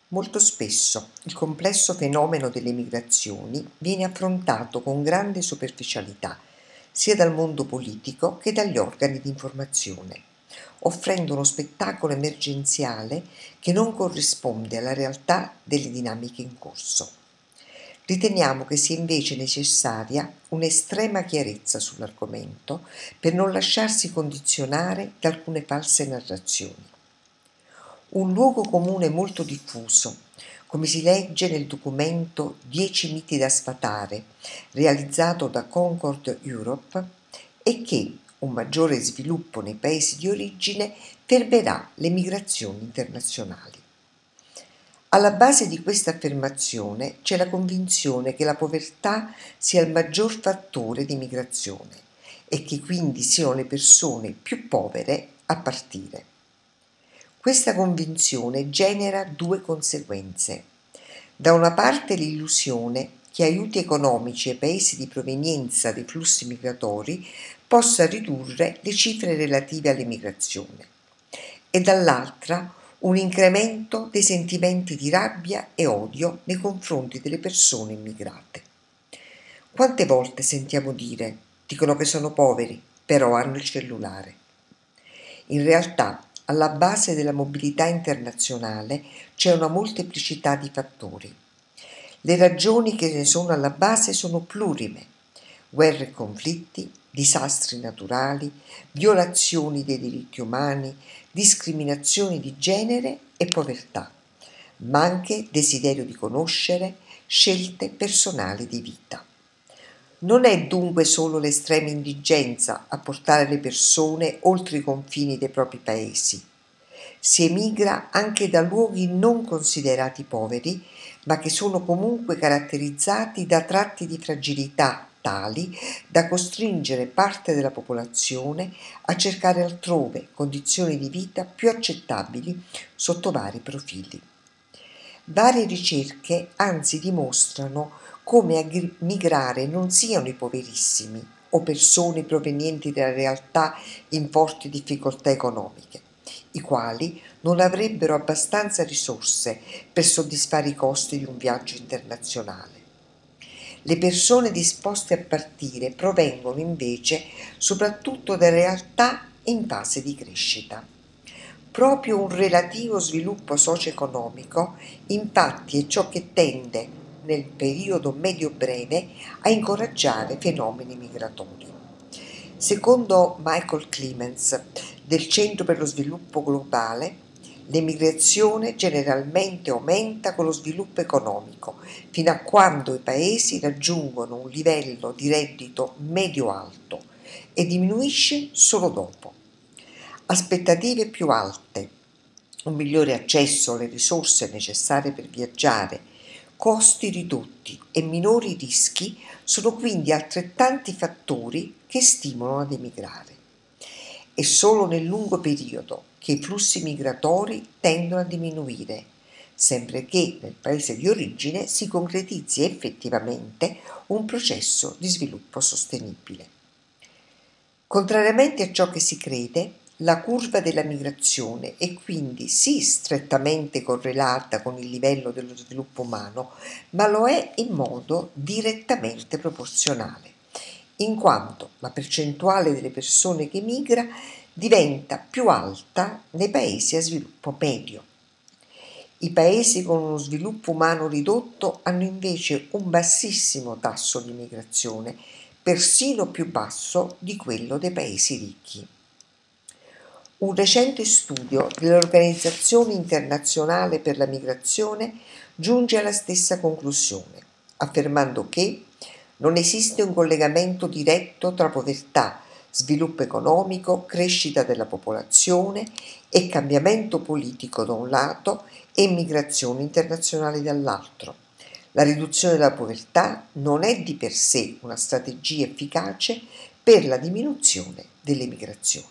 Molto spesso il complesso fenomeno delle migrazioni viene affrontato con grande superficialità, sia dal mondo politico che dagli organi di informazione, offrendo uno spettacolo emergenziale che non corrisponde alla realtà delle dinamiche in corso. Riteniamo che sia invece necessaria un'estrema chiarezza sull'argomento per non lasciarsi condizionare da alcune false narrazioni. Un luogo comune molto diffuso, come si legge nel documento 10 miti da sfatare, realizzato da Concord Europe, è che un maggiore sviluppo nei paesi di origine fermerà le migrazioni internazionali. Alla base di questa affermazione c'è la convinzione che la povertà sia il maggior fattore di migrazione e che quindi siano le persone più povere a partire. Questa convinzione genera due conseguenze. Da una parte l'illusione che aiuti economici ai paesi di provenienza dei flussi migratori possa ridurre le cifre relative all'emigrazione e dall'altra un incremento dei sentimenti di rabbia e odio nei confronti delle persone immigrate. Quante volte sentiamo dire: dicono che sono poveri, però hanno il cellulare. In realtà, alla base della mobilità internazionale c'è una molteplicità di fattori. Le ragioni che ne sono alla base sono plurime: guerre e conflitti, disastri naturali, violazioni dei diritti umani, discriminazioni di genere e povertà, ma anche desiderio di conoscere, scelte personali di vita. Non è dunque solo l'estrema indigenza a portare le persone oltre i confini dei propri paesi. Si emigra anche da luoghi non considerati poveri, ma che sono comunque caratterizzati da tratti di fragilità tali da costringere parte della popolazione a cercare altrove condizioni di vita più accettabili sotto vari profili. Varie ricerche anzi dimostrano come a migrare non siano i poverissimi o persone provenienti da realtà in forti difficoltà economiche, i quali non avrebbero abbastanza risorse per soddisfare i costi di un viaggio internazionale. Le persone disposte a partire provengono invece soprattutto da realtà in fase di crescita. Proprio un relativo sviluppo socio-economico, infatti, è ciò che tende, nel periodo medio-breve, a incoraggiare fenomeni migratori. Secondo Michael Clemens, del Centro per lo Sviluppo Globale, l'emigrazione generalmente aumenta con lo sviluppo economico, fino a quando i paesi raggiungono un livello di reddito medio-alto e diminuisce solo dopo. Aspettative più alte, un migliore accesso alle risorse necessarie per viaggiare, costi ridotti e minori rischi sono quindi altrettanti fattori che stimolano ad emigrare. È solo nel lungo periodo che i flussi migratori tendono a diminuire, sempre che nel paese di origine si concretizzi effettivamente un processo di sviluppo sostenibile. Contrariamente a ciò che si crede, la curva della migrazione è quindi sì strettamente correlata con il livello dello sviluppo umano, ma lo è in modo direttamente proporzionale, in quanto la percentuale delle persone che migra diventa più alta nei paesi a sviluppo medio. I paesi con uno sviluppo umano ridotto hanno invece un bassissimo tasso di migrazione, persino più basso di quello dei paesi ricchi. Un recente studio dell'Organizzazione Internazionale per la Migrazione giunge alla stessa conclusione, affermando che non esiste un collegamento diretto tra povertà, sviluppo economico, crescita della popolazione e cambiamento politico da un lato e migrazione internazionale dall'altro. La riduzione della povertà non è di per sé una strategia efficace per la diminuzione delle migrazioni.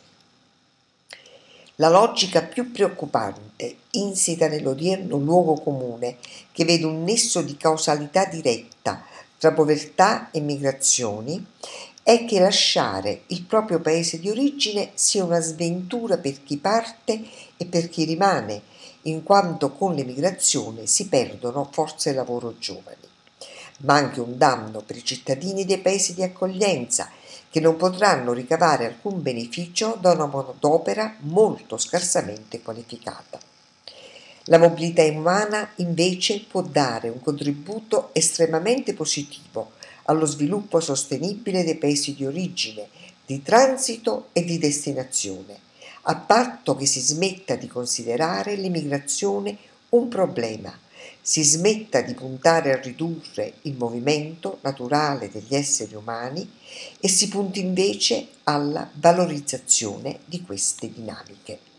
La logica più preoccupante, insita nell'odierno luogo comune, che vede un nesso di causalità diretta tra povertà e migrazioni, è che lasciare il proprio paese di origine sia una sventura per chi parte e per chi rimane, in quanto con l'emigrazione si perdono forze lavoro giovani, ma anche un danno per i cittadini dei paesi di accoglienza, che non potranno ricavare alcun beneficio da una manodopera molto scarsamente qualificata. La mobilità umana invece può dare un contributo estremamente positivo allo sviluppo sostenibile dei paesi di origine, di transito e di destinazione, a patto che si smetta di considerare l'immigrazione un problema, si smetta di puntare a ridurre il movimento naturale degli esseri umani e si punti invece alla valorizzazione di queste dinamiche.